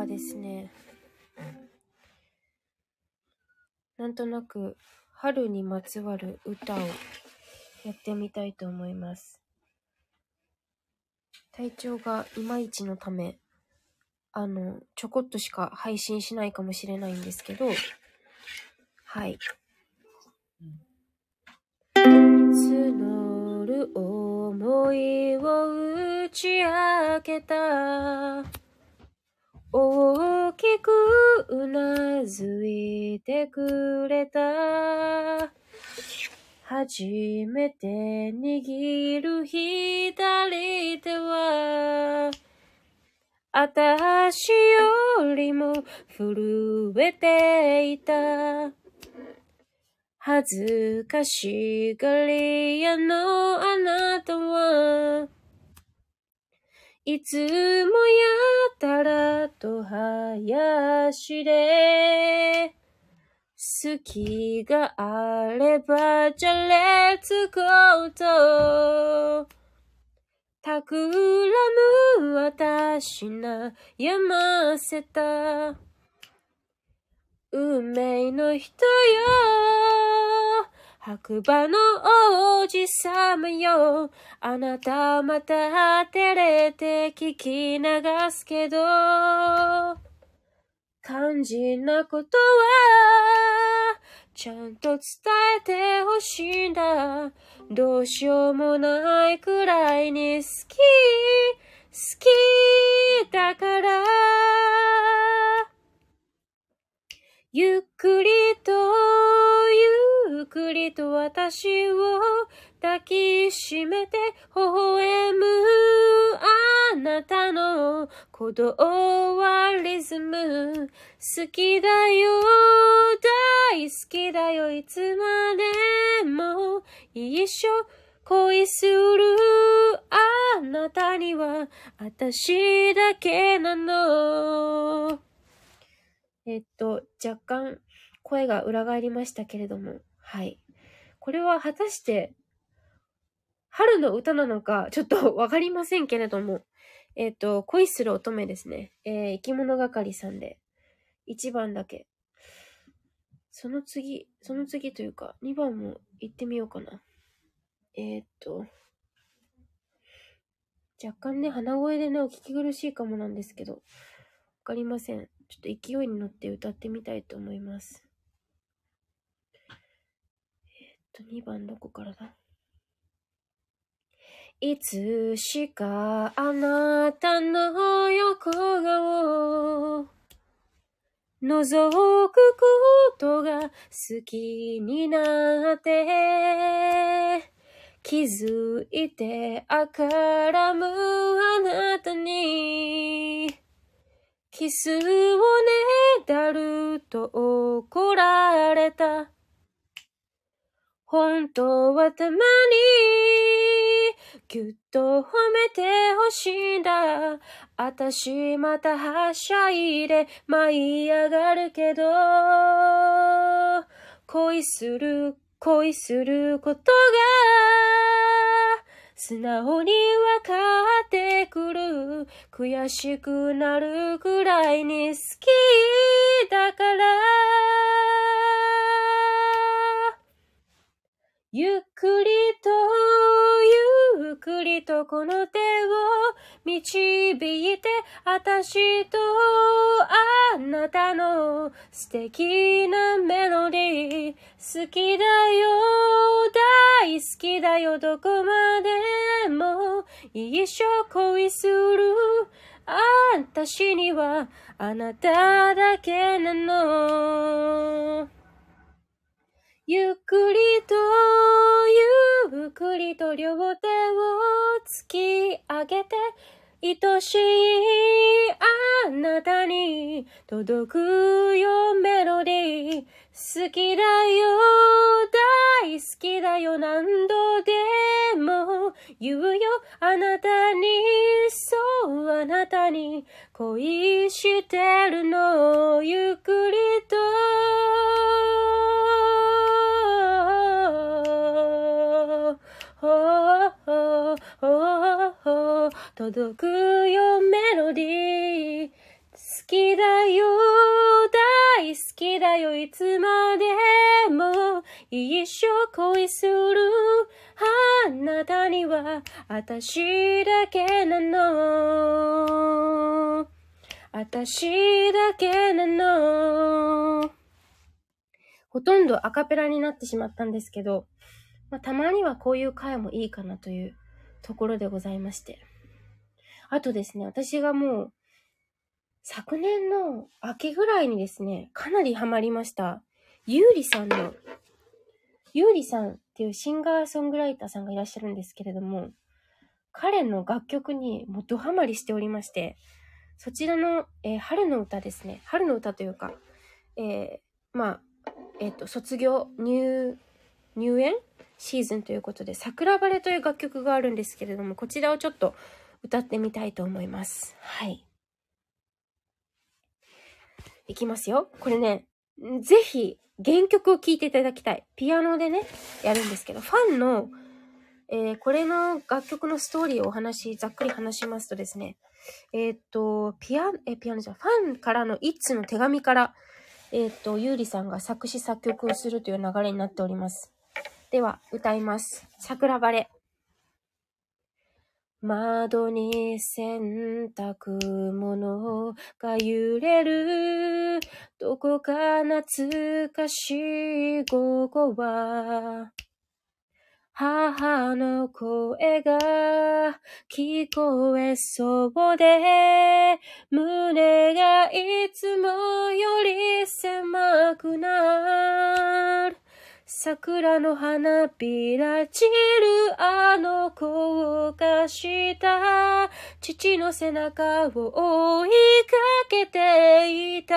はですね、なんとなく春にまつわる歌をやってみたいと思います。体調がいまいちのため、ちょこっとしか配信しないかもしれないんですけど、はい。募る思いを打ち明けた。大きくうなずいてくれた。初めて握る左手は私よりも震えていた。恥ずかしがり屋のあなたはいつもやたらと林で好きがあればじゃレッツゴーと企む私悩ませた運命の人よ白馬の王子様よあなたまた照れて聞き流すけど肝心なことはちゃんと伝えてほしいんだどうしようもないくらいに好きだからゆっくりと私を抱きしめて微笑むあなたの鼓動はリズム好きだよ大好きだよいつまでも一緒恋するあなたには私だけなの若干声が裏返りましたけれども、はい。これは果たして春の歌なのかちょっとわかりませんけれども、恋する乙女ですね。生き物係さんで1番だけ。その次というか2番も行ってみようかな。若干ね、鼻声でね、お聞き苦しいかもなんですけど、わかりません。ちょっと勢いに乗って歌ってみたいと思います。2番どこからだ？いつしかあなたの横顔覗くことが好きになって気づいてからむあなたにキスをねだると怒られた本当はたまにぎゅっと褒めてほしいんだあたしまたはしゃいで舞い上がるけど恋することが素直にわかってくる悔しくなるくらいに好きだからゆっくりとこの手を導いてあたしとあなたの素敵なメロディー好きだよ大好きだよどこまでも一生恋するあたしにはあなただけなのゆっくりと両手を突き上げて愛しいあなたに届くよメロディー好きだよ大好きだよ何度でも言うよあなたにそうあなたに恋してるのゆっくりと届くよメロディー好きだいつまでも一生恋するあなたには私だけなの。私だけなの。ほとんどアカペラになってしまったんですけど、たまにはこういう回もいいかなというところでございまして。あとですね、私がもう昨年の秋ぐらいにですね、かなりハマりました。ゆうりさんっていうシンガーソングライターさんがいらっしゃるんですけれども、彼の楽曲にもうドハマりしておりまして、そちらの、春の歌ですね。春の歌というか、卒業、入園シーズンということで、桜晴れという楽曲があるんですけれども、こちらをちょっと歌ってみたいと思います。はい。いきますよ。これね、ぜひ原曲を聴いていただきたい。ピアノでね、やるんですけど、ファンの、これの楽曲のストーリーをざっくり話しますとですね、ピアノじゃファンからの一通の手紙から、ゆうりさんが作詞作曲をするという流れになっております。では、歌います。桜晴れ。窓に洗濯物が揺れる。どこか懐かしい午後は、母の声が聞こえそうで、胸がいつもより狭くなる。桜の花びら散るあの高架下、父の背中を追いかけてい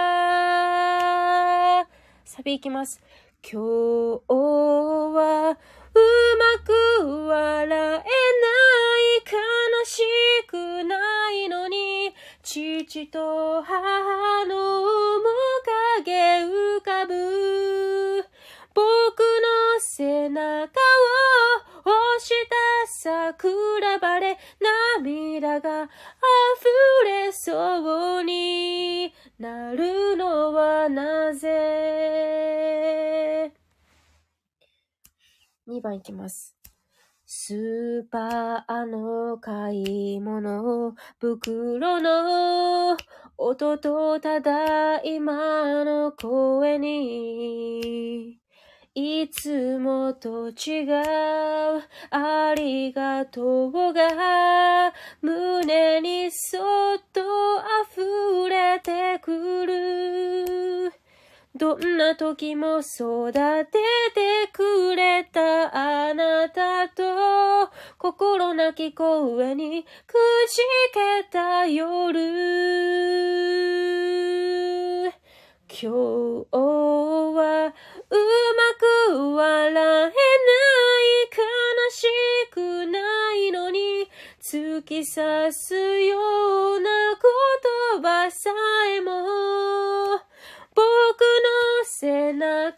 た。サビいきます。今日はうまく笑えない、悲しくないのに、父と母の面影浮かぶ。僕の背中を押した桜晴れ、涙が溢れそうになるのはなぜ。2番いきます。スーパーの買い物袋の音とただいまの声に、いつもと違うありがとうが胸にそっと溢れてくる。どんな時も育ててくれたあなたと、心なき声にくじけた夜。今日はうまく笑えない、悲しくないのに、突き刺すような言葉さえも、僕の背中を押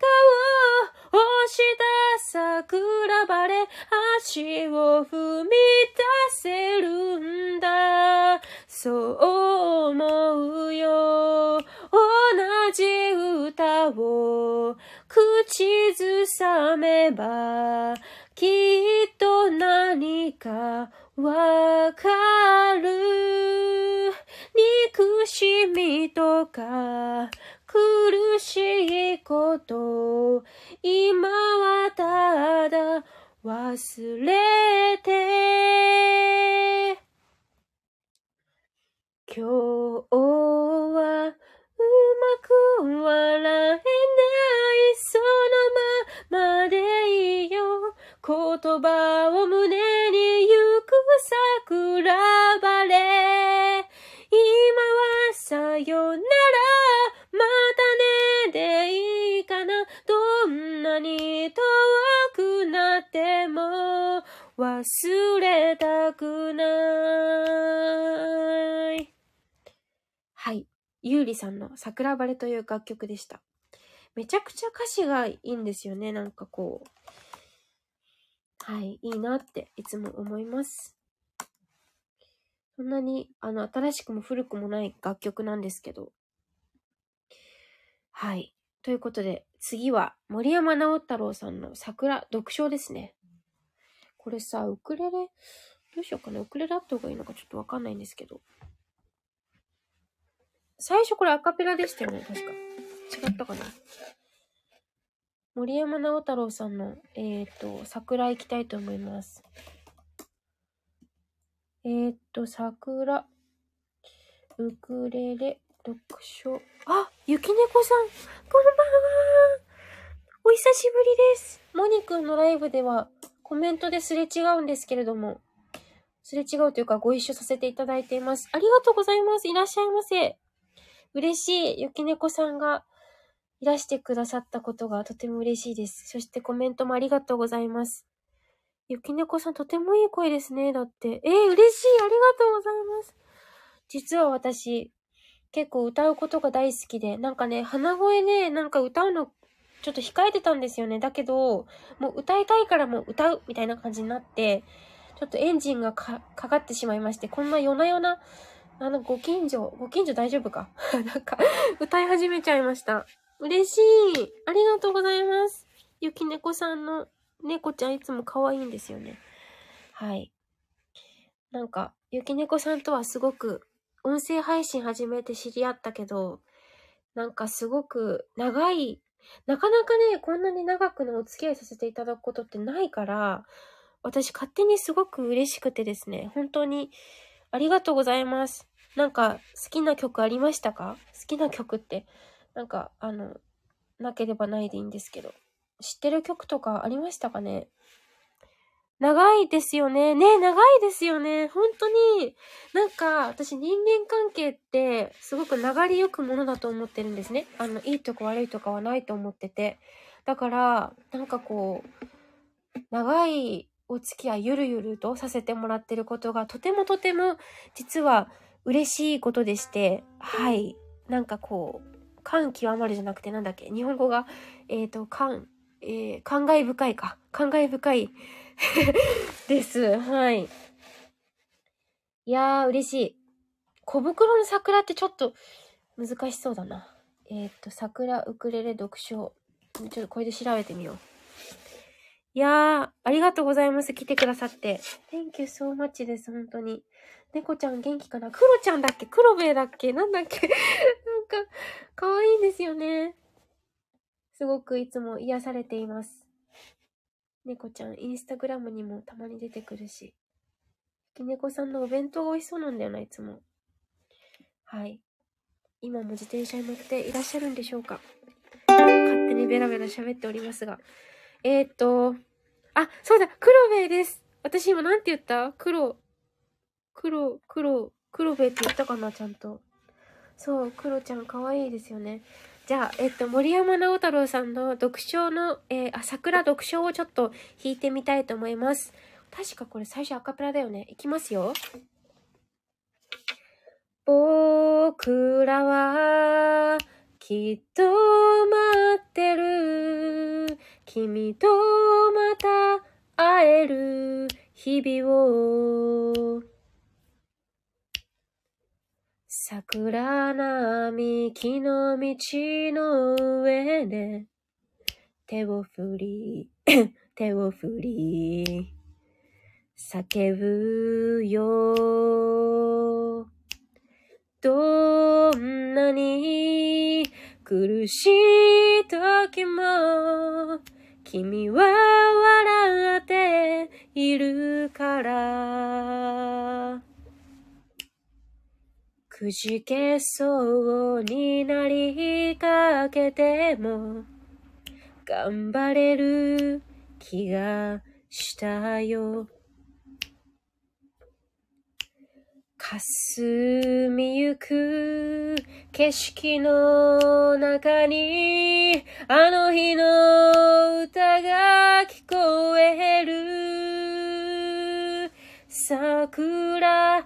した桜晴れ、足を踏み出せるんだ。そう思うよ。同じ歌を口ずさめば、きっと何かわかる。憎しみとか苦しいこと、今はただ忘れて。今日はうまく笑えない、そのままでいいよ。言葉を胸に行く桜晴れ。今はさよなら、またねでいいかな。どんなに遠くなっても忘れたくない。はい。ゆうりさんの桜晴れという楽曲でした。めちゃくちゃ歌詞がいいんですよね。なんかこう。はい。いいなっていつも思います。そんなに、新しくも古くもない楽曲なんですけど。はい。 ということで、次は森山直太朗さんの桜読書ですね。これさ、ウクレレ、どうしようかな。ウクレレあった方がいいのかちょっとわかんないんですけど。最初これアカペラでしたよね、確か。違ったかな。森山直太朗さんの、桜行きたいと思います。桜、ウクレレ、読書。あ、ゆきねこさん、こんばんは。お久しぶりです。モニくんのライブではコメントですれ違うんですけれども、すれ違うというかご一緒させていただいています。ありがとうございます。いらっしゃいませ。嬉しい。ゆきねこさんがいらしてくださったことがとても嬉しいです。そしてコメントもありがとうございます。ゆきねこさんとてもいい声ですね。だって。嬉しい。ありがとうございます。実は私、結構歌うことが大好きで、なんかね、鼻声でなんか歌うのちょっと控えてたんですよね。だけど、もう歌いたいからもう歌うみたいな感じになって、ちょっとエンジンがかかってしまいまして、こんな夜な夜な、ご近所大丈夫かなんか、歌い始めちゃいました。嬉しい。ありがとうございます。ゆきねこさんの猫ちゃんいつも可愛いんですよね。はい。なんか、ゆきねこさんとはすごく、音声配信始めて知り合ったけど、なんかすごく長い、なかなかね、こんなに長くのお付き合いさせていただくことってないから、私勝手にすごく嬉しくてですね、本当にありがとうございます。なんか好きな曲ありましたか？好きな曲って、なんかなければないでいいんですけど、知ってる曲とかありましたかね？長いですよね。ね、長いですよね。本当に、なんか、私人間関係ってすごく流れゆくものだと思ってるんですね。いいとこ悪いとかはないと思ってて。だから、なんかこう、長いお付き合いゆるゆるとさせてもらってることがとても実は嬉しいことでして、はい。なんかこう、感極まるじゃなくてなんだっけ、日本語が、感慨深いか。感慨深いです。はい。いやー、嬉しい。小袋の桜ってちょっと難しそうだな。桜、ウクレレ、読書。ちょっとこれで調べてみよう。いやー、ありがとうございます。来てくださって。Thank you so much です、本当に。猫ちゃん元気かな？クロちゃんだっけ？クロベだっけ？なんだっけなんか、かわいいんですよね。すごくいつも癒されています。猫ちゃん、インスタグラムにもたまに出てくるし。きねこさんのお弁当が美味しそうなんだよな、いつも。はい。今も自転車に乗っていらっしゃるんでしょうか？勝手にベラベラ喋っておりますが。あ、そうだ、クロベです。私今なんて言った？クロベって言ったかな、ちゃんと。そう、クロちゃん可愛いですよね。じゃあ、森山直太朗さんの読書の、桜読書をちょっと弾いてみたいと思います。確かこれ最初アカペラだよね。いきますよ。僕らはきっと待ってる。君とまた会える日々を。桜並木の道の上で手を振り叫ぶよ。どんなに苦しい時も君は笑っているから。くじけそうになりかけても頑張れる気がしたよ。霞みゆく景色の中にあの日の歌が聞こえる。桜、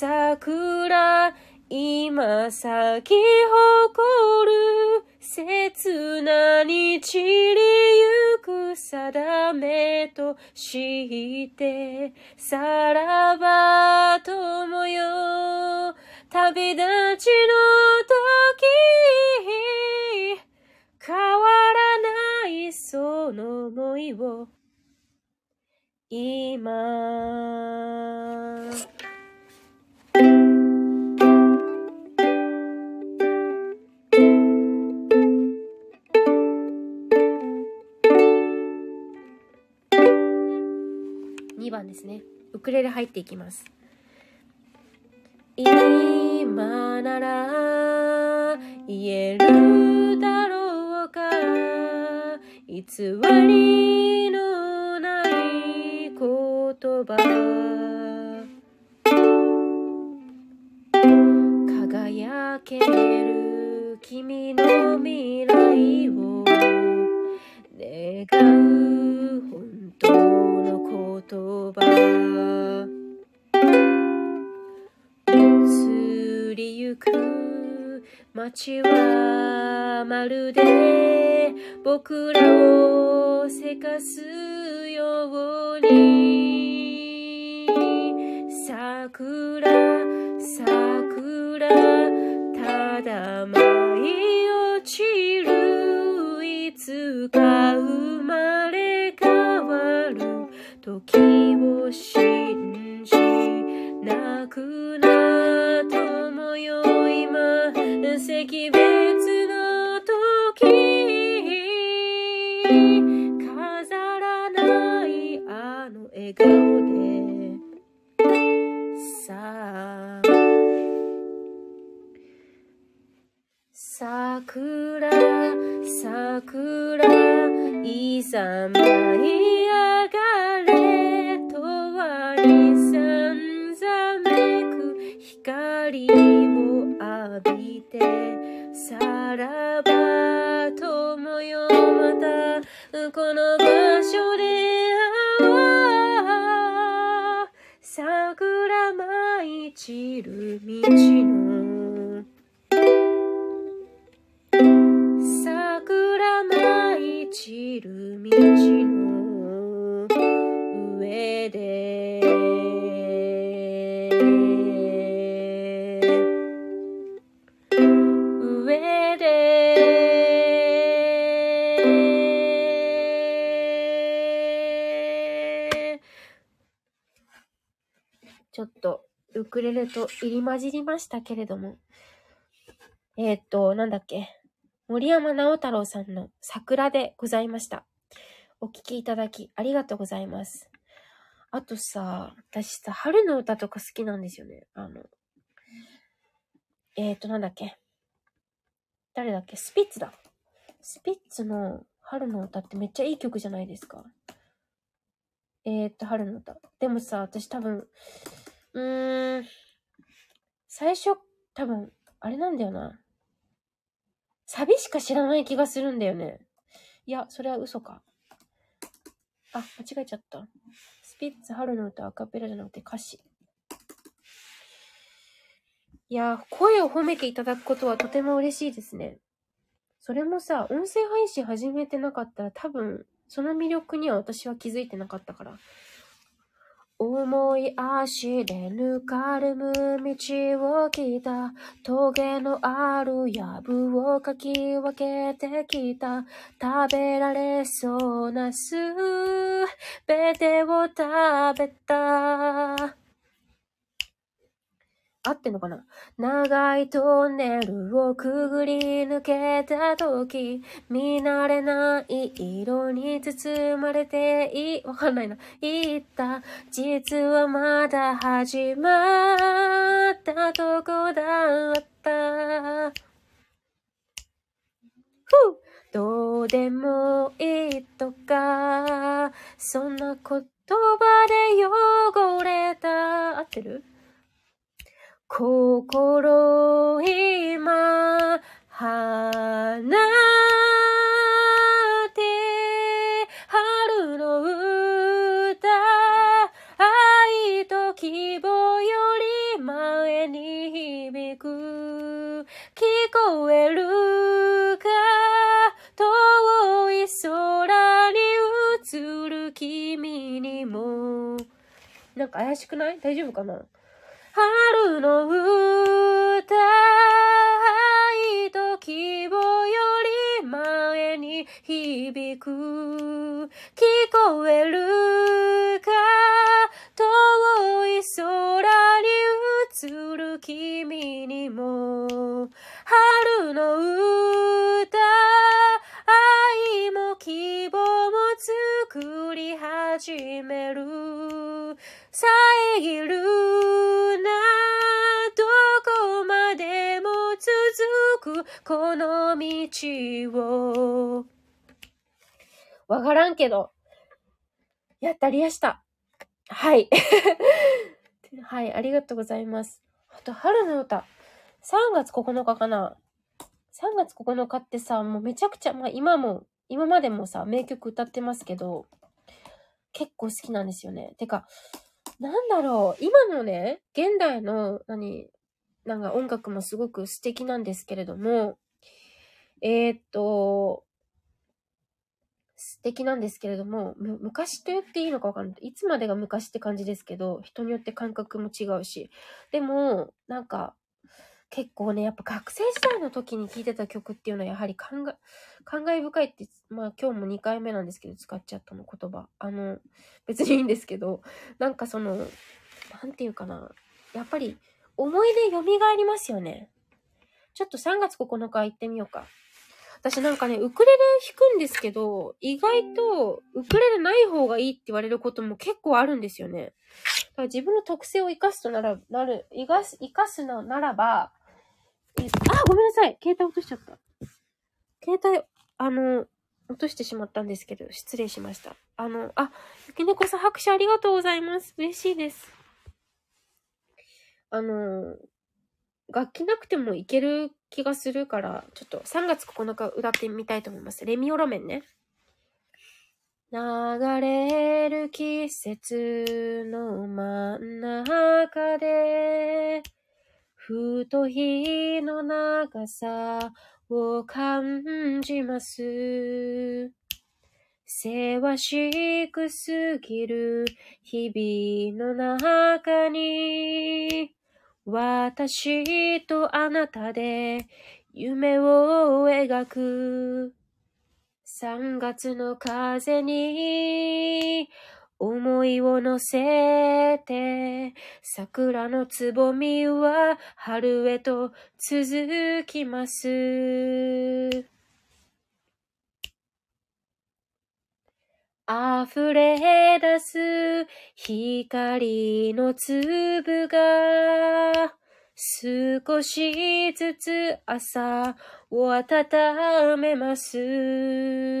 今咲き誇る切なに散りゆく定めとしてさらば友よ。旅立ちの時いを今2番ですね。ウクレレ入っていきます。今なら言えるだろうか、偽りのない言葉、輝ける君の未来を願う本当の言葉、移りゆく街はまるで僕らをせかすように、桜桜ただ舞い落ちる、いつか生まれ変わる時を信じ、泣くな友よ今惜別の時、飾らないあの笑顔でさあ、桜桜いざ舞い上がれ、永遠にさんざめく光を浴びて、さらば友よまたこの場所で会おう、桜舞い散る道の桜舞い散る道の上で上でちょっとウクレレと入り混じりましたけれども、なんだっけ、森山直太朗さんの桜でございました。お聴きいただきありがとうございます。あとさ、私さ、春の歌とか好きなんですよね。なんだっけ、誰だっけ、スピッツだ。スピッツの春の歌ってめっちゃいい曲じゃないですか。春の歌。でもさ、私多分、最初、多分、あれなんだよな。サビしか知らない気がするんだよね。いや、それは嘘か。あ、間違えちゃった。スピッツ春の歌アカペラじゃなくて歌詞。いや、声を褒めていただくことはとても嬉しいですね。それもさ、音声配信始めてなかったら多分、その魅力には私は気づいてなかったから。重い足でぬかるむ道を来た、棘のある藪をかき分けてきた、食べられそうなすべてを食べた。合ってんのかな。長いトンネルをくぐり抜けたとき、見慣れない色に包まれてわかんないな。言った。実はまだ始まったとこだった。どうでもいいとか、そんな言葉で汚れた。合ってる？心今放って春の歌、愛と希望より前に響く、聞こえるか遠い空に映る君にも。なんか怪しくない？大丈夫かな？春の歌、愛と希望より前に響く聞こえるか遠い空に映る君にも春の歌愛も希望も作り始める遮るなどこまでも続くこの道をわからんけどやったりやした。はいはい、ありがとうございます。あと春の歌3月9日かな。3月9日ってさ、もうめちゃくちゃ、まあ今までもさ、名曲歌ってますけど、結構好きなんですよね。てか、なんだろう、今のね、現代の、なんか音楽もすごく素敵なんですけれども、素敵なんですけれども、昔と言っていいのかわかんない。いつまでが昔って感じですけど、人によって感覚も違うし。でも、なんか、結構ね、やっぱ学生時代の時に聴いてた曲っていうのはやはり感慨深いって、まあ今日も2回目なんですけど使っちゃったの言葉。別にいいんですけど、なんかなんていうかな。やっぱり思い出蘇りますよね。ちょっと3月9日行ってみようか。私なんかね、ウクレレ弾くんですけど、意外とウクレレない方がいいって言われることも結構あるんですよね。だから自分の特性を生かすのならば、ごめんなさい。携帯落としちゃった。携帯、落としてしまったんですけど、失礼しました。ゆきねこさん拍手ありがとうございます。嬉しいです。楽器なくてもいける気がするから、ちょっと3月9日歌ってみたいと思います。レミオロメンね。流れる季節の真ん中で、ふと日の長さを感じます。せわしくすぎる日々の中に、私とあなたで夢を描く。3月の風に思いを乗せて、桜のつぼみは春へと続きます。溢れ出す光の粒が少しずつ朝を温めます。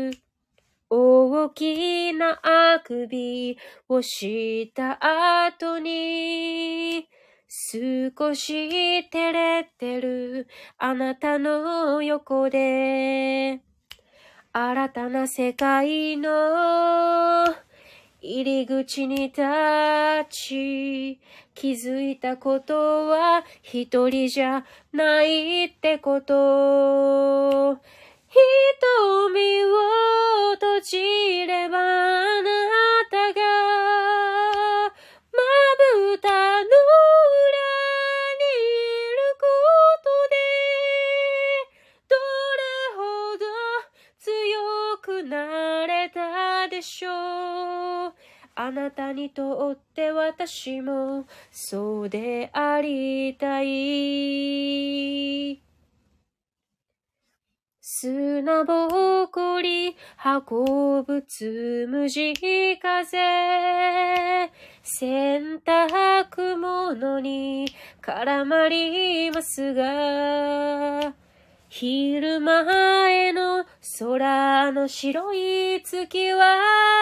大きなあくびをした後に少し照れてるあなたの横で新たな世界の入り口に立ち、気づいたことは一人じゃないってこと。瞳を閉じればあなたがまぶたの裏にいることでどれほど強くなれたでしょう。あなたにとって私もそうでありたい。砂ぼこり運ぶつむじ風、洗濯物に絡まりますが、昼前の空の白い月は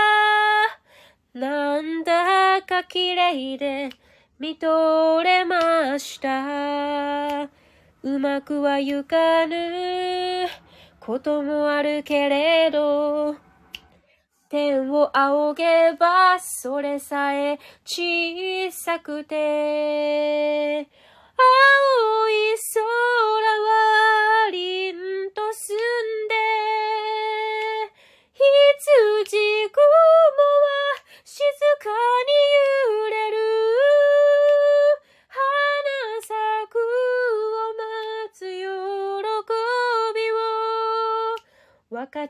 なんだか綺麗で見とれました。うまくはいかぬこともあるけれど、天を仰げばそれさえ小さくて、青い空は凛と澄んで、羊雲は静かに揺れる。花咲くを待つ喜びを分か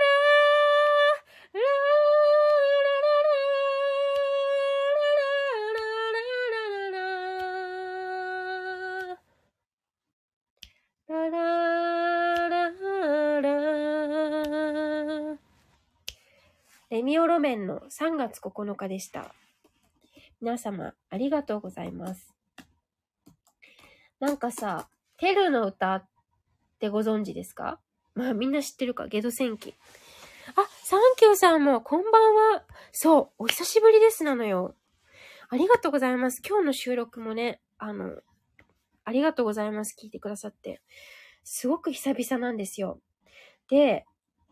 ララララレミオロメンの3月9日でした。皆様ありがとうございます。なんかさ、テルの歌ってご存知ですか？まあみんな知ってるか、ゲド戦記。あ、サンキューさんもこんばんは。そう、お久しぶりですなのよ。ありがとうございます。今日の収録もね、ありがとうございます。聞いてくださって。すごく久々なんですよ。で、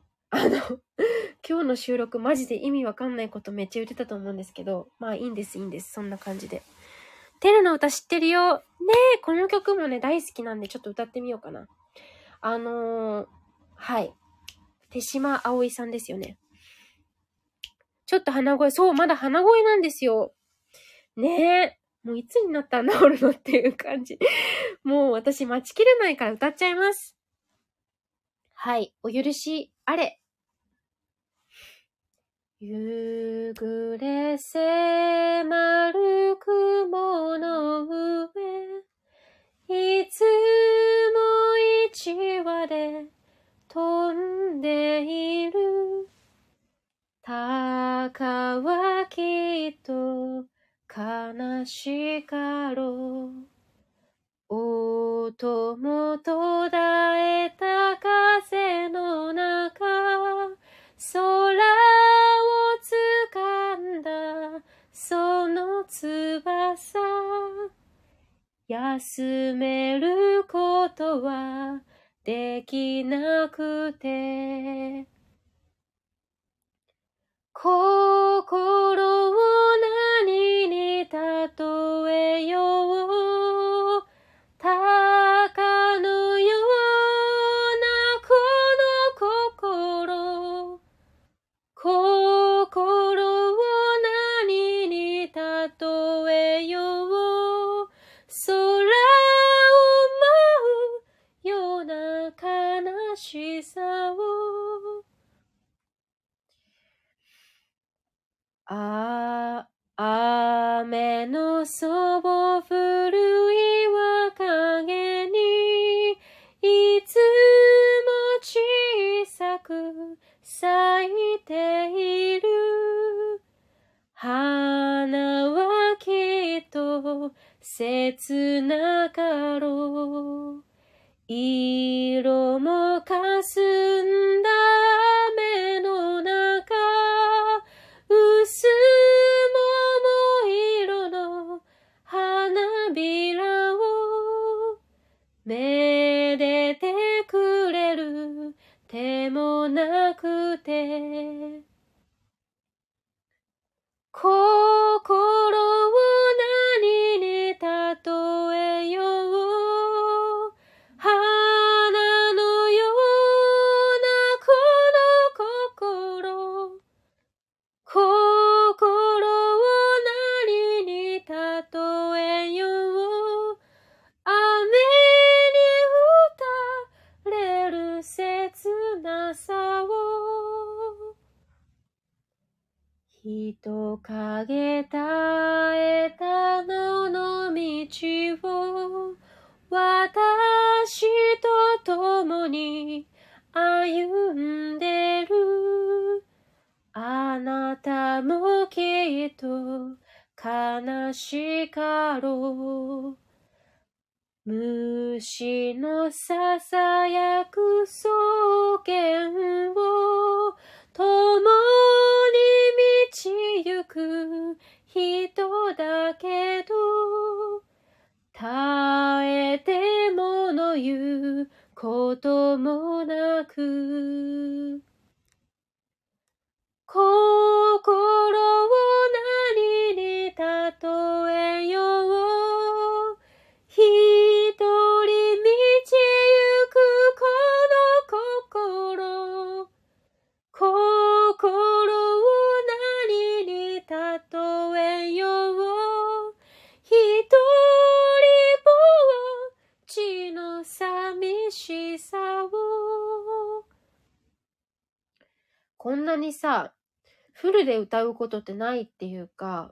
今日の収録マジで意味わかんないことめっちゃ言ってたと思うんですけど、まあいいんです。そんな感じで。テルの歌知ってるよ。ねえ、この曲もね、大好きなんでちょっと歌ってみようかな。はい。手島葵さんですよね。ちょっと鼻声、そう、まだ鼻声なんですよ。ねえ。もういつになったら治るのっていう感じ。もう私待ちきれないから歌っちゃいます。はい。お許しあれ。夕暮れ迫る雲の上、いつも一羽で飛んでいる。鷹はきっと悲しかろう。音も途絶えた風の中、空を掴んだその翼、休めることはできなくて、心を何に例えよう。鷹のようなこの心。心を何に例えよう。空を舞うような悲しさを。雨のそぼ古い若影にいつも小さく咲いている。花はきっと切なかろう。色もかすんだ雨の中、薄桃色の花びらをめでてくれる手もなくて、心を何に例えよう。花のようなこの心。心を何に例えよう。雨に打たれる切なさを。人影絶えた野の道を私と共に歩んでる。 あなたもきっと悲しかろう。虫のささやく草原を共に道行く人だけど、耐えてもの言うこともなく、心を何に例えよう。一人道行くこの心。心を何に例えよう。一人ぼっちの寂しさを。こんなにさ、フルで歌うことってないっていうか、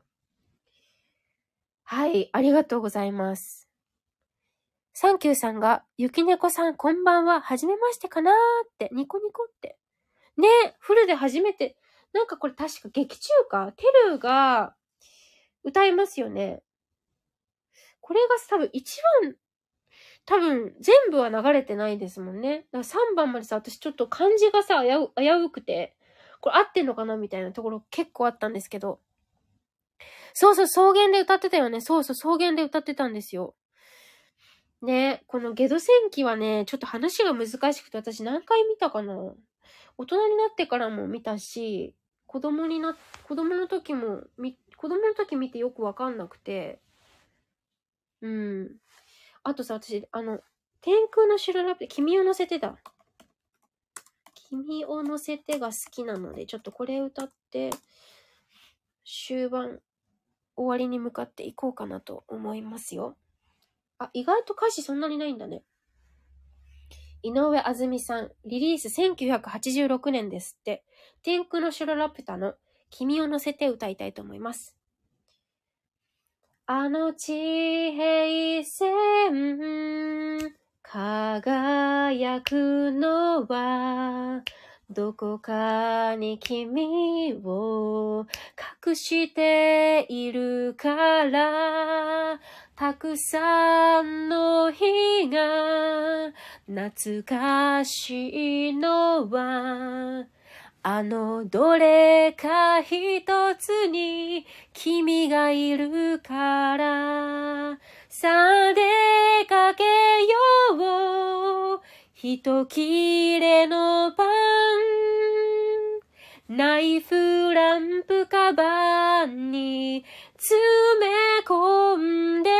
はい、ありがとうございます。サンキューさんが、ゆきねこさんこんばんは、はじめましてかなーって、ニコニコって。ね、フルで初めて、なんかこれ確か劇中歌テルが歌いますよね。これが多分一番、多分全部は流れてないですもんね。だから3番までさ、私ちょっと漢字がさ、危うくて、これ合ってんのかなみたいなところ結構あったんですけど。そうそう、草原で歌ってたよね。そうそう、草原で歌ってたんですよ。ね、このゲド戦記はね、ちょっと話が難しくて、私何回見たかな。大人になってからも見たし、子供の時見てよくわかんなくて。うん。あとさ、私、天空の城ラピュタ、君を乗せてだ。君を乗せてが好きなので、ちょっとこれ歌って、終盤、終わりに向かっていこうかなと思いますよ。あ、意外と歌詞そんなにないんだね。井上あずみさん、リリース1986年ですって。天空の城ラピュタの君を乗せて歌いたいと思います。あの地平線、輝くのは、どこかに君を隠しているから、たくさんの日が懐かしいのは、どれか一つに君がいるから、さあ出かけよう。一切れのパン、ナイフランプカバンに詰め込んで、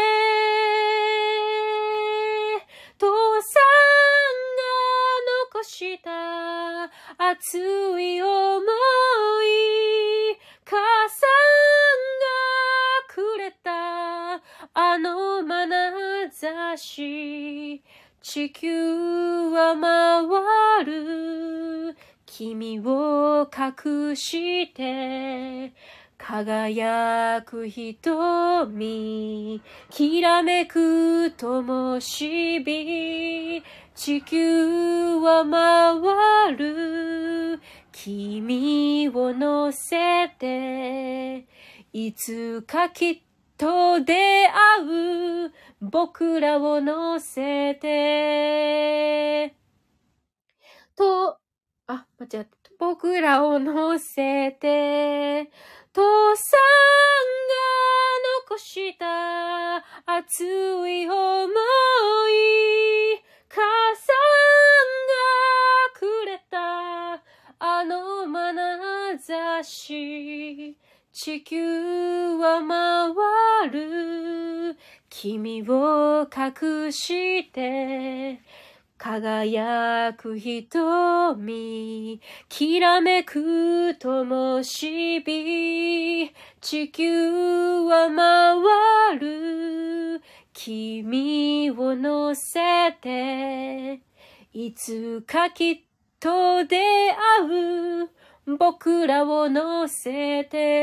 父さんが残した熱い思い、母さんがくれた眼差し、地球は回る、君を隠して輝く瞳、きらめく灯火、地球は回る、君を乗せて、いつかきっと出会う、僕らを乗せて、間違った。僕らを乗せて、父さんが残した熱い思い、母さんがくれた眼差し、地球は回る、君を隠して輝く瞳、きらめく灯火、地球は回る、君を乗せて、いつかきっと出会う、僕らを乗せ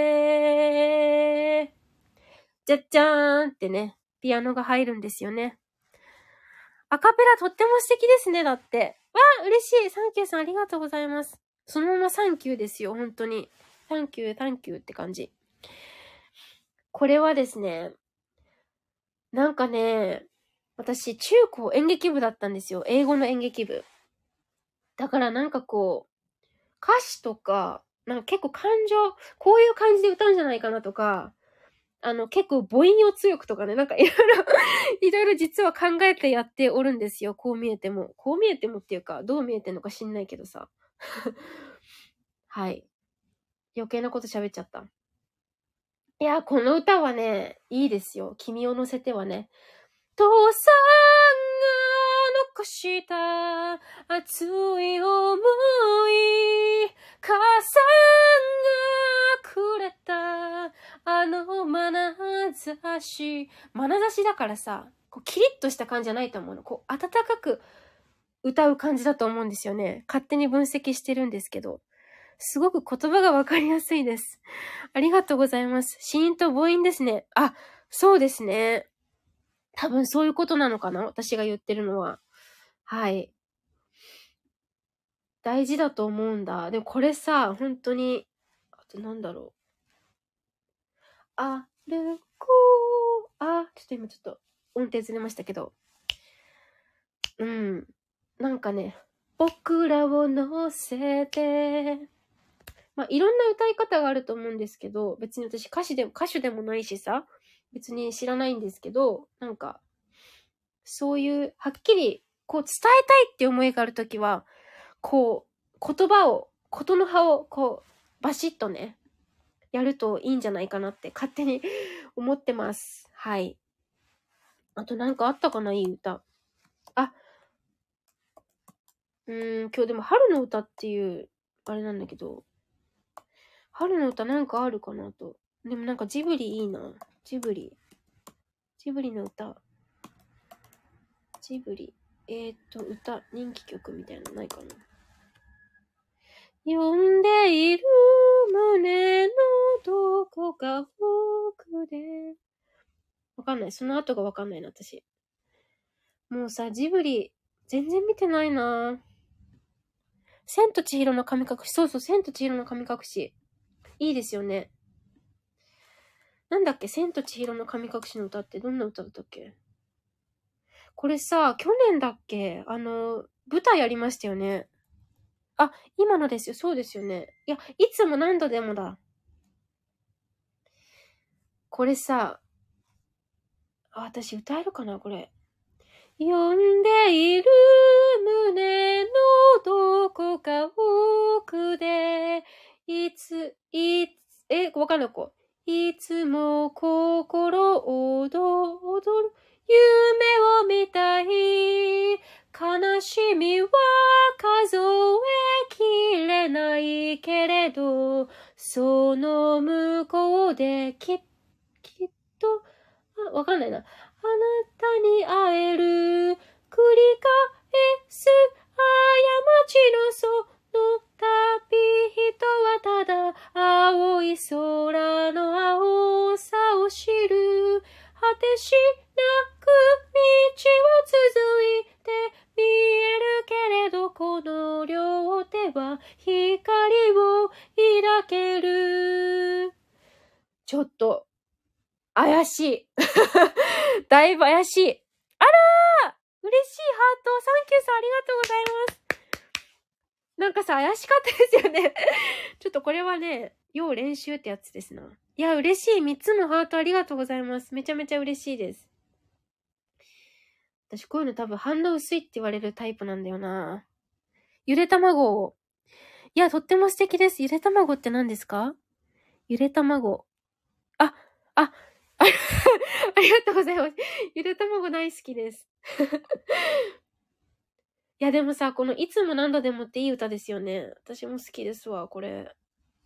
て、じゃっじゃーんってね、ピアノが入るんですよね。アカペラとっても素敵ですね、だって。わあ、嬉しい。サンキューさんありがとうございます。そのままサンキューですよ、本当に。 Thank you, thank you って感じ。これはですね、なんかね、私、中高演劇部だったんですよ。英語の演劇部。だからなんかこう、歌詞とか、なんか結構感情、こういう感じで歌うんじゃないかなとか、結構母音を強くとかね、なんかいろいろ実は考えてやっておるんですよ。こう見えても。こう見えてもっていうか、どう見えてんのか知んないけどさ。はい。余計なこと喋っちゃった。いや、この歌はね、いいですよ。君を乗せてはね。父さんが残した熱い想い、母さんがくれたあの眼差し。眼差しだからさ、こうキリッとした感じじゃないと思うの。こう温かく歌う感じだと思うんですよね。勝手に分析してるんですけど。すごく言葉がわかりやすいです。ありがとうございます。子音と母音ですね。あ、そうですね。多分そういうことなのかな？私が言ってるのは。はい。大事だと思うんだ。でもこれさ、本当に、あとなんだろう。歩こう。ちょっと今ちょっと音程ずれましたけど。うん。なんかね、僕らを乗せて、まあ、いろんな歌い方があると思うんですけど、別に私歌手でもないしさ、別に知らないんですけど、なんか、そういう、はっきり、こう伝えたいって思いがあるときは、こう、ことの葉を、こう、バシッとね、やるといいんじゃないかなって勝手に思ってます。はい。あとなんかあったかな、いい歌。今日でも春の歌っていう、あれなんだけど、春の歌なんかあるかなと。でもなんかジブリいいな。ジブリの歌。ジブリ。歌、人気曲みたいなのないかな。呼んでいる胸のどこか奥で。わかんない。その後がわかんないな、私。もうさ、ジブリ、全然見てないな。千と千尋の神隠し。そうそう、千と千尋の神隠し。いいですよね。なんだっけ、千と千尋の神隠しの歌ってどんな歌だったっけ？これさ、去年だっけ？舞台やりましたよね。あ、今のですよ。そうですよね。いや、いつも何度でもだ。これさ、私歌えるかなこれ。呼んでいる胸のどこか奥で、わかんない子。いつも心躍る夢を見たい。悲しみは数えきれないけれど、その向こうできっと、わかんないな。あなたに会える、繰り返す過ちのその旅、人はただ青い空の青さを知る。果てしなく道は続いて見えるけれど、この両手は光を抱ける。ちょっと怪しい。だいぶ怪しい。あらー、嬉しいハート。サンキューさんありがとうございます。なんかさ、怪しかったですよね。ちょっとこれはね、要練習ってやつですな。いや、嬉しい。3つもハートありがとうございます。めちゃめちゃ嬉しいです。私こういうの多分反応薄いって言われるタイプなんだよな。ゆで卵。いや、とっても素敵です。ゆで卵って何ですか？ゆで卵。ありがとうございます。ゆで卵大好きです。いや、でもさ、このいつも何度でもっていい歌ですよね。私も好きですわ、これ。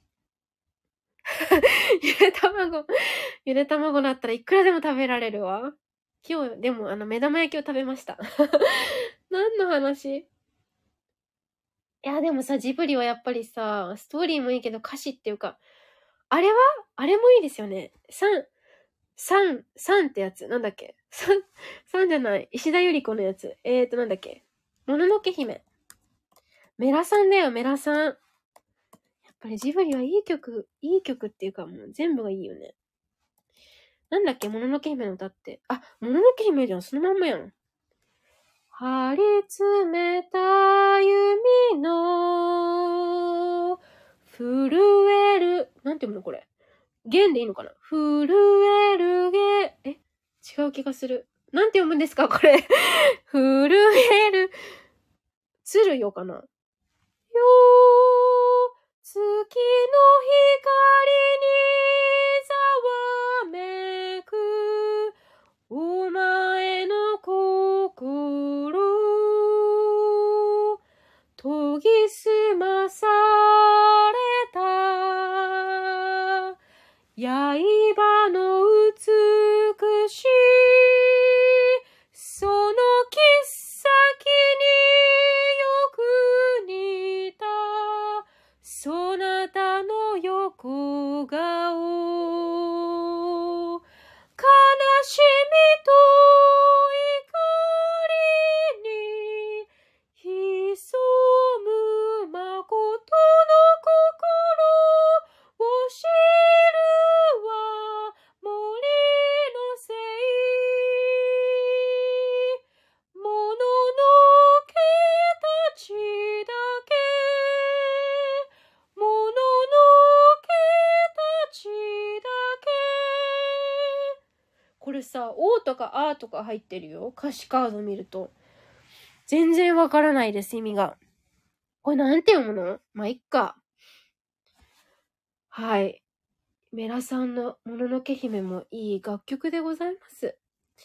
ゆで卵だったらいくらでも食べられるわ。今日、でも目玉焼きを食べました。何の話？いや、でもさ、ジブリはやっぱりさ、ストーリーもいいけど歌詞っていうか、あれもいいですよね。3ってやつ。なんだっけ？ 3 じゃない。石田ゆり子のやつ。なんだっけ？もののけ姫。メラさんだよ、メラさん。やっぱりジブリはいい曲っていうかもう全部がいいよね。なんだっけ、もののけ姫の歌って。あ、もののけ姫じゃん。そのまんまやん。張り詰めた弓の震える。なんて読むのこれ。弦でいいのかな。震える弦。違う気がする。なんて読むんですかこれ。震える。鶴よかな。よ月の光にざわめくお前の心研ぎ澄まされた刃の美しいその切っ先によく似たそなたの横顔悲しみと怒りに潜む誠の心を知るは森のせいもののけたちだけもののけたちだけこれさ、おとかあとか入ってるよ。歌詞カード見ると。全然わからないです、意味が。これなんて読むの？まあ、いっか。はい。メラさんのもののけ姫もいい楽曲でございます。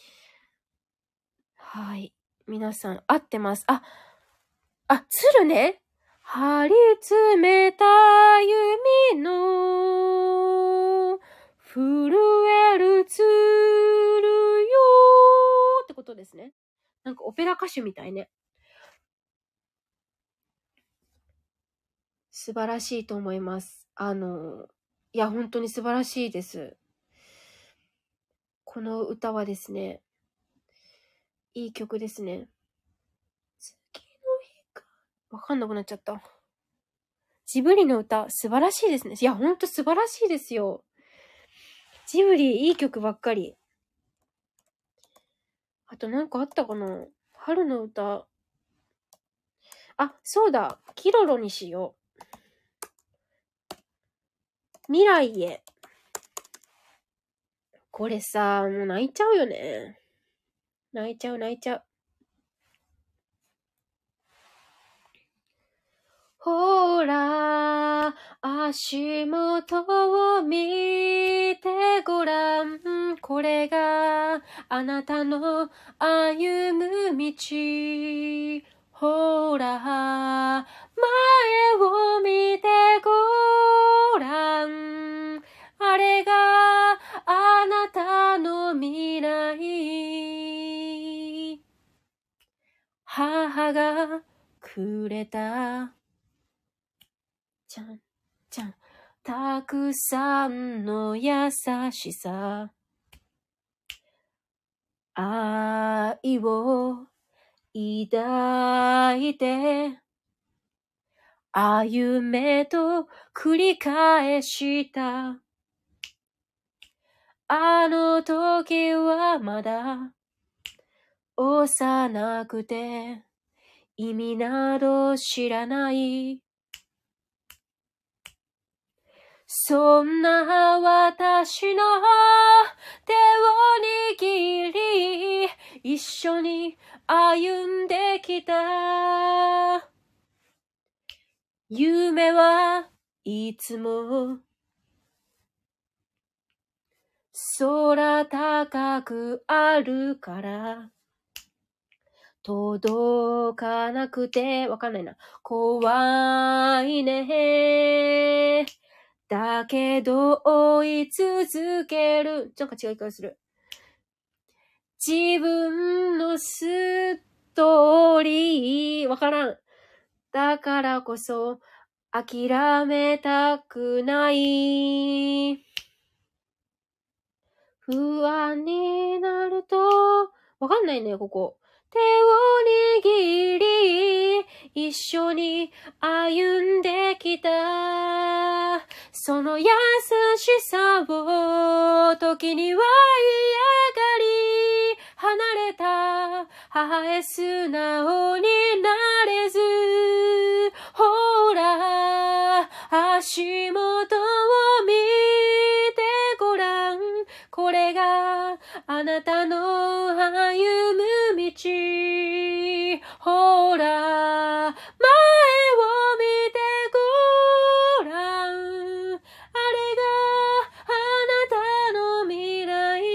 はい。皆さん、合ってます。鶴ね。張り詰めた弓の震える鶴よってことですね。なんかオペラ歌手みたいね。素晴らしいと思います。いや、本当に素晴らしいです。この歌はですね、いい曲ですね。月の日か。わかんなくなっちゃった。ジブリの歌、素晴らしいですね。いや、ほんと素晴らしいですよ。ジブリ、いい曲ばっかり。あとなんかあったかな？春の歌。そうだ。キロロにしよう。未来へ。これさ、もう泣いちゃうよね。泣いちゃう。ほら、足元を見てごらん。これがあなたの歩む道。ほら、前を見てごらん。あれがあなたの未来。母がくれた。じゃん、じゃん。たくさんの優しさ。愛を抱いて。歩めと繰り返した。あの時はまだ幼くて意味など知らない。そんな私の手を握り一緒に歩んできた。夢はいつも空高くあるから届かなくてわかんないな。怖いね。だけど追い続ける。なんか違う気がする。自分のストーリー。わからん。だからこそ諦めたくない。不安になると、わかんないね、ここ。 手を握り、一緒に歩んできた。その優しさを時には嫌がり、離れた母へ素直になれず、ほら足元を見てごらん、これがあなたの歩む道。ほら前を見てごらん、あれがあなたの未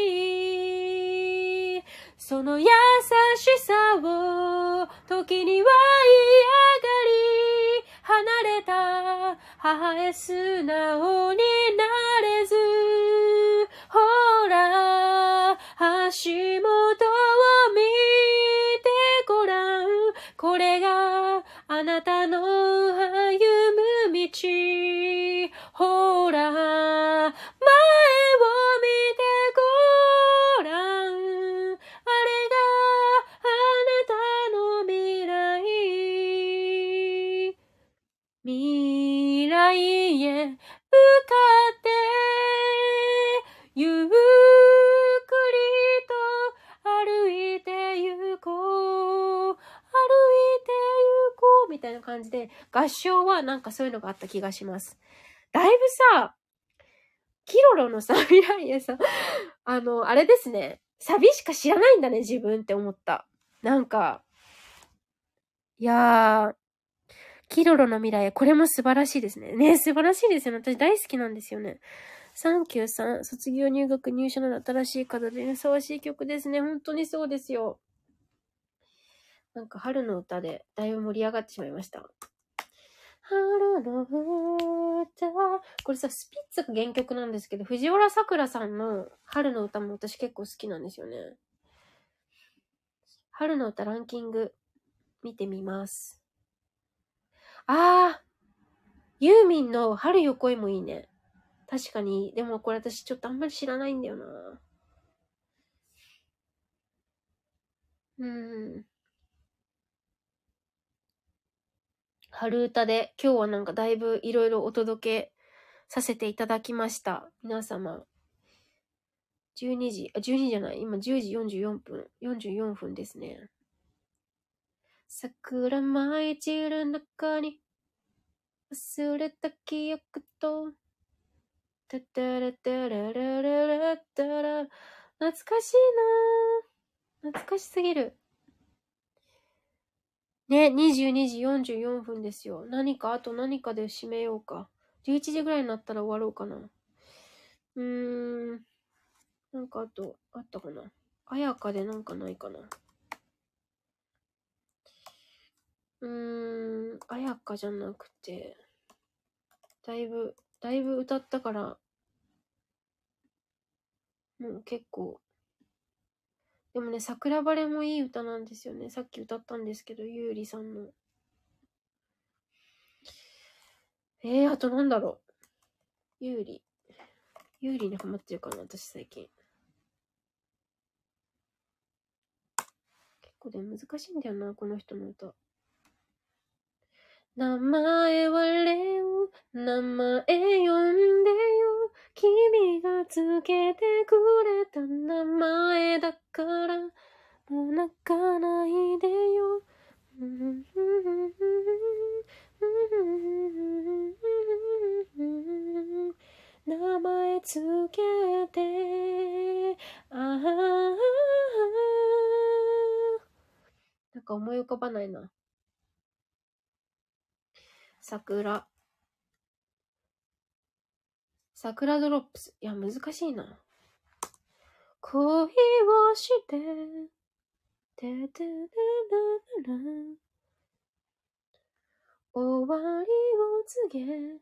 来。その優しさを時には嫌がり、離れた母へ素直になれず、ほら足元を見てごらん、これがあなたの歩む道。ほら前を見てごらん、あれがあなたの未来。未来へ向かってゆっくりと歩いてゆこう、歩いてゆこうみたいな感じで、合唱はなんかそういうのがあった気がします。だいぶさ、キロロのさ、未来へさ、あれですね。サビしか知らないんだね、自分って思った。なんか、いやー、キロロの未来へ、これも素晴らしいですね。ね、素晴らしいですよね。私大好きなんですよね。サンキューさん、卒業入学入社の新しい門出にふさわしい曲ですね。本当にそうですよ。なんか春の歌でだいぶ盛り上がってしまいました。春の歌。これさ、スピッツが原曲なんですけど、藤原さくらさんの春の歌も私結構好きなんですよね。春の歌ランキング見てみます。ユーミンの春よ来いもいいね。確かに。でもこれ私ちょっとあんまり知らないんだよな。春歌で今日はなんかだいぶいろいろお届けさせていただきました。皆様。12時じゃない。今10時44分ですね。桜舞い散る中に忘れた記憶とタタラタララララタラ、懐かしいなぁ。懐かしすぎる。ね、22時44分ですよ。あと何かで締めようか。11時ぐらいになったら終わろうかな。なんかあったかな。あやかでなんかないかな。あやかじゃなくて、だいぶ歌ったから、もう結構。でもね、桜晴れもいい歌なんですよね。さっき歌ったんですけど、ゆうりさんの。あとなんだろう。ゆうりにハマってるかな、私最近。結構で難しいんだよな、この人の歌。名前はレオ、名前呼んでよ。君がつけてくれた名前だから、もう泣かないでよ。名前つけて、なんか思い浮かばないな。桜ドロップス。いや、難しいな。恋をして、ててれららら。終わりを告げ、違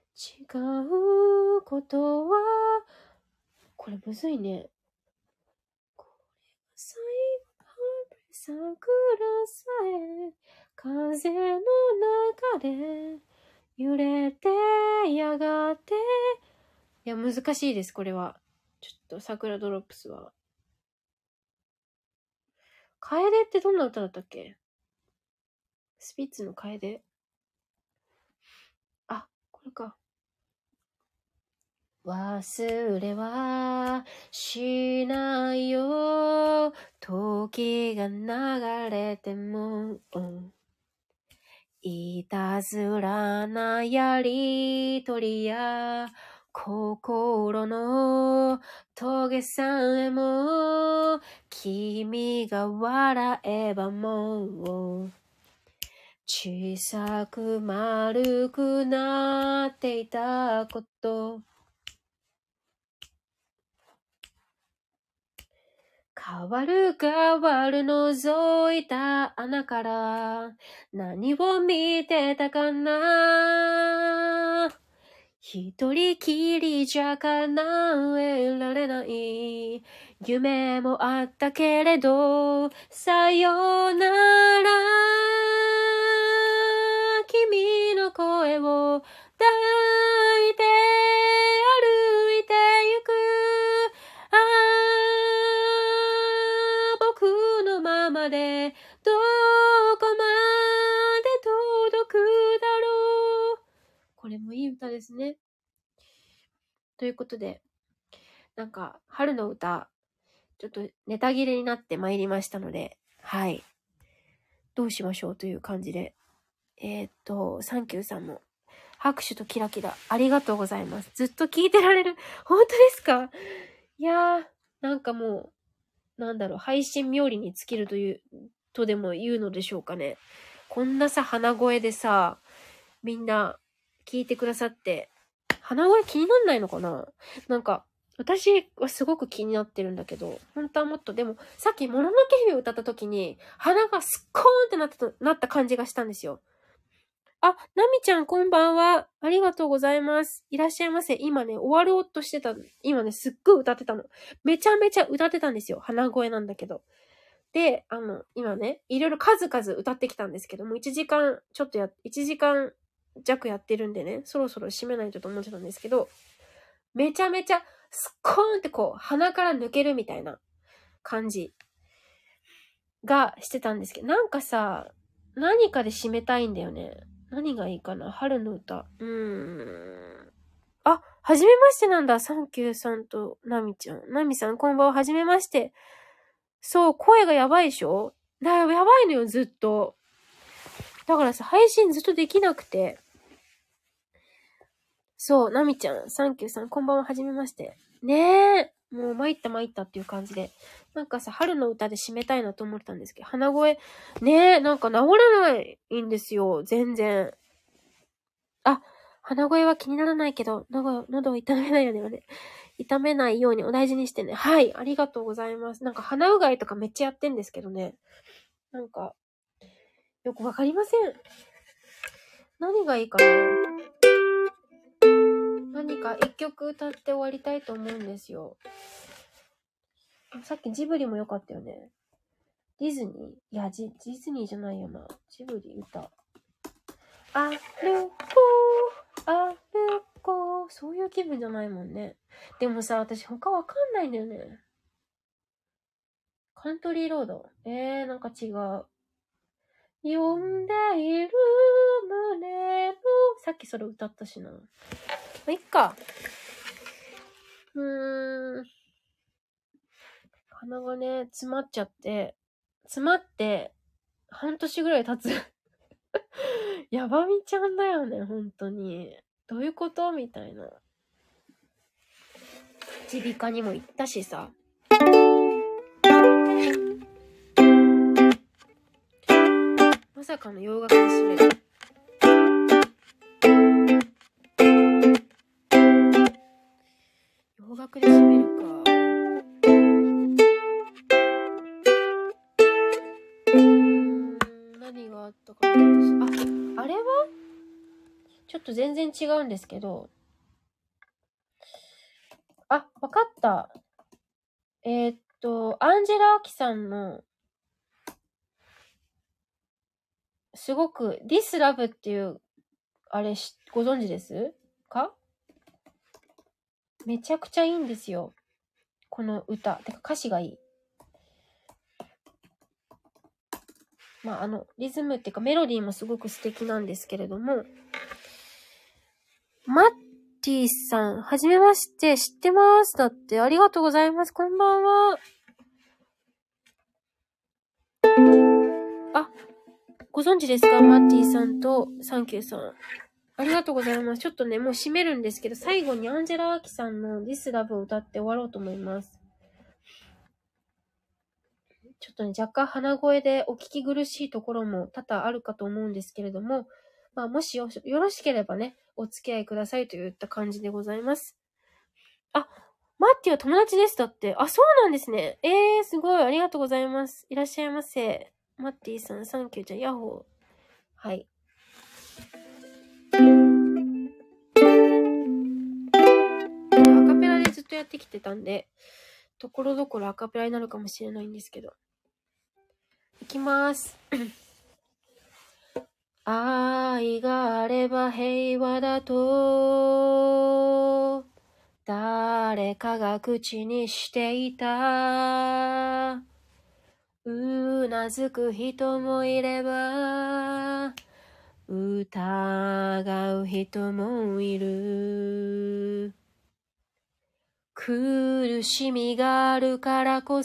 うことは、これむずいね。これが最後、桜さえ、風の中で、揺れて、やがて、いや、難しいです、これは。ちょっと、桜ドロップスは。 楓ってどんな歌だったっけ？スピッツの楓。あ、これか。忘れはしないよ。時が流れても。いたずらなやりとりや心の峠さえも君が笑えばもう小さく丸くなっていたこと変わる覗いた穴から何を見てたかな一人きりじゃ叶えられない夢もあったけれどさよなら君の声を抱いて歩いてゆくああ僕のままでどこまで届くだろうこれもいい歌ですね。ということで、なんか、春の歌、ちょっとネタ切れになってまいりましたので、はい。どうしましょうという感じで。サンキューさんも、拍手とキラキラ、ありがとうございます。ずっと聞いてられる。本当ですか？いやー、なんかもう、なんだろう、配信冥利に尽きるとでも言うのでしょうかね。こんなさ、鼻声でさ、みんな聞いてくださって、鼻声気になんないのかな？なんか、私はすごく気になってるんだけど、本当はもっと、でも、さっきもののけ姫を歌った時に、鼻がスッコーンってなった感じがしたんですよ。あ、なみちゃんこんばんは。ありがとうございます。いらっしゃいませ。今ね、終わろうとしてた。今ね、すっごい歌ってたの。めちゃめちゃ歌ってたんですよ。鼻声なんだけど。で、今ね、いろいろ数々歌ってきたんですけども、1時間弱やってるんでね、そろそろ締めないとと思ってたんですけど、めちゃめちゃスッコーンってこう、鼻から抜けるみたいな感じがしてたんですけど、なんかさ、何かで締めたいんだよね。何がいいかな？春の歌。あ、はじめましてなんだ。サンキューさんとナミちゃん。ナミさん、こんばんは。はじめまして。そう、声がやばいでしょ？やばいのよ、ずっと。だからさ、配信ずっとできなくて。そう、ナミちゃん、サンキューさん、こんばんは、はじめまして。ねえ。もう、参ったっていう感じで。なんかさ、春の歌で締めたいなと思ったんですけど、鼻声、ねえ、なんか治らないんですよ、全然。あ、鼻声は気にならないけど、喉を痛めないようにね。痛めないようにお大事にしてね。はい、ありがとうございます。なんか鼻うがいとかめっちゃやってんですけどね。なんか、よくわかりません。何がいいかな？何か一曲歌って終わりたいと思うんですよ。さっきジブリも良かったよね。ディズニー？いや、ディズニーじゃないよな。ジブリ歌。歩こう。そういう気分じゃないもんね。でもさ、私他わかんないんだよね。カントリーロード。なんか違う。呼んでいる胸の、さっきそれ歌ったしな。まあ、いっか。鼻がね、詰まって、半年ぐらい経つ。やばみちゃんだよね、本当に。どういうことみたいな。耳鼻科にも行ったしさ。まさかの洋楽で締める。洋楽で締めるか。何があったかな。あれはちょっと全然違うんですけど。あ、わかった。アンジェラ・アキさんの、すごく、This Love っていう、あれご存知ですか？めちゃくちゃいいんですよ。この歌。てか歌詞がいい。 まあ、リズムっていうかメロディーもすごく素敵なんですけれども、マッティさん、はじめまして、知ってます。だって、ありがとうございます。こんばんは。あ、ご存知ですか？マッティさんとサンキューさん。ありがとうございます。ちょっとね、もう締めるんですけど、最後にアンジェラ・アキさんの This Love を歌って終わろうと思います。ちょっとね、若干鼻声でお聞き苦しいところも多々あるかと思うんですけれども、まあ、もしよろしければね、お付き合いくださいといった感じでございます。あ、マッティは友達です。だって。あ、そうなんですね。すごい。ありがとうございます。いらっしゃいませ。マッティさん、サンキュー。じゃあ、ヤッホー。はい。アカペラでずっとやってきてたんで、ところどころアカペラになるかもしれないんですけど。いきます。愛があれば平和だと誰かが口にしていた。うなずく人もいれば疑う人もいる。苦しみがあるからこ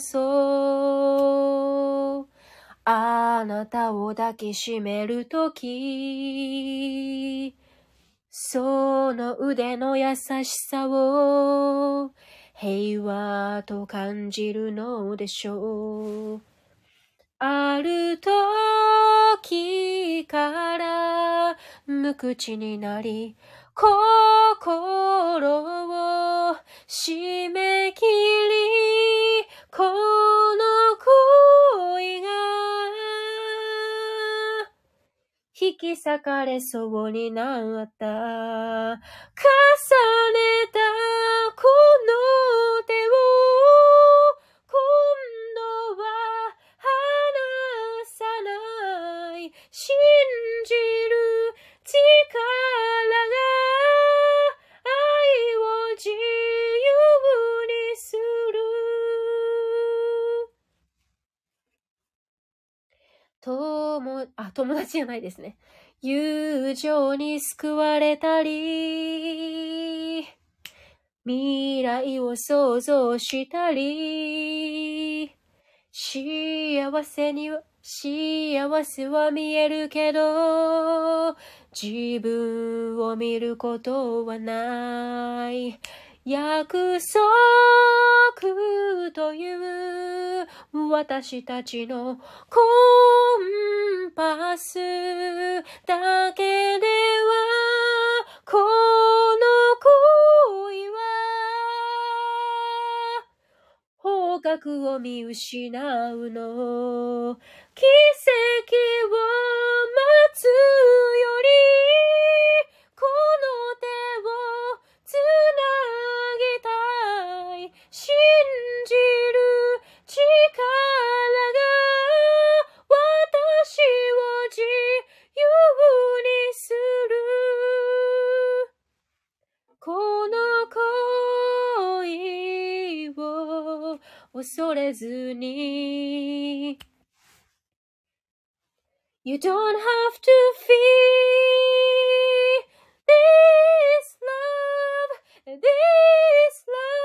そあなたを抱きしめるとき、その腕の優しさを平和と感じるのでしょう。ある時から無口になり、心を締め切り、この恋が引き裂かれそうになった。重ねたこの手を今度は離さない。信じる力が愛を自由にする。友達じゃないですね。友情に救われたり、未来を想像したり、幸せは見えるけど、自分を見ることはない。約束という私たちのコンパスだけではこの恋は方角を見失うの。奇跡を待つよりこの手をつなぎたい。信じる力が私を自由にする。この恋を恐れずに You don't have to feel this love, this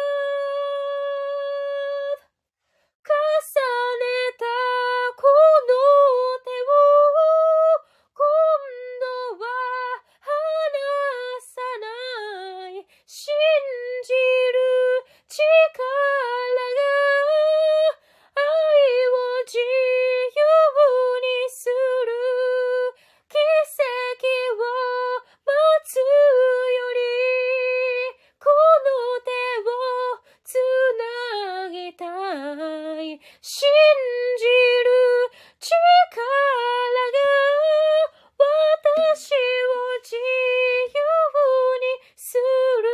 love 重ねたこの手を今度は離さない。信じる力が愛を自由にする。奇跡を待つよりこの手をつなぎたい。信じる力が私を自由にする。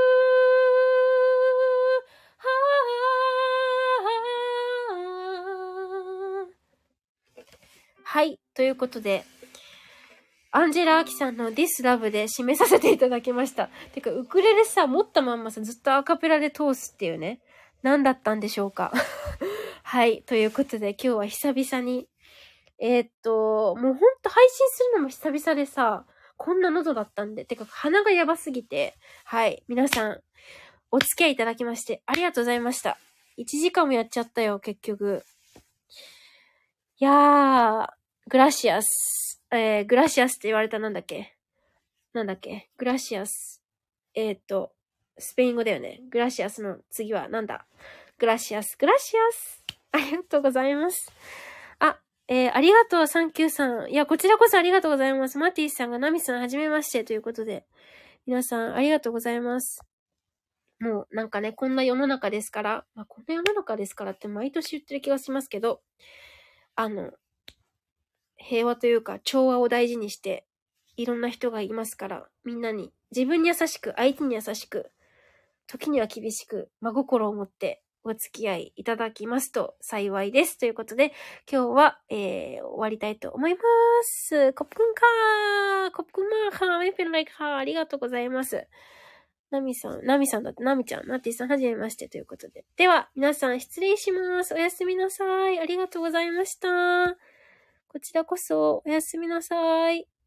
はい。ということで、アンジェラ・アキさんの This Love で締めさせていただきました。てか、ウクレレさ、持ったまんまさ、ずっとアカペラで通すっていうね。何だったんでしょうか。はい。ということで、今日は久々にもうほんと配信するのも久々でさ、こんな喉だったんで、てか鼻がやばすぎて、はい、皆さん、お付き合いいただきまして、ありがとうございました。1時間もやっちゃったよ、結局。いやー、グラシアス。グラシアスって言われたなんだっけグラシアス。スペイン語だよね。グラシアスの次はなんだグラシアス。ありがとうございます。あ、ありがとう、サンキューさん。いや、こちらこそありがとうございます。マティスさんがナミさんはじめましてということで。皆さん、ありがとうございます。もう、なんかね、こんな世の中ですから、こんな世の中ですからって毎年言ってる気がしますけど、平和というか調和を大事にして、いろんな人がいますから、みんなに、自分に優しく、相手に優しく、時には厳しく、真心を持ってお付き合いいただきますと幸いです。ということで、今日は、終わりたいと思います。コップくんかー。コップくんまーかー。メペンライかー。ありがとうございます。ナミさんだって、ナミちゃん、ナッティさん、はじめましてということで。では、皆さん失礼します。おやすみなさい。ありがとうございました。こちらこそ、おやすみなさい。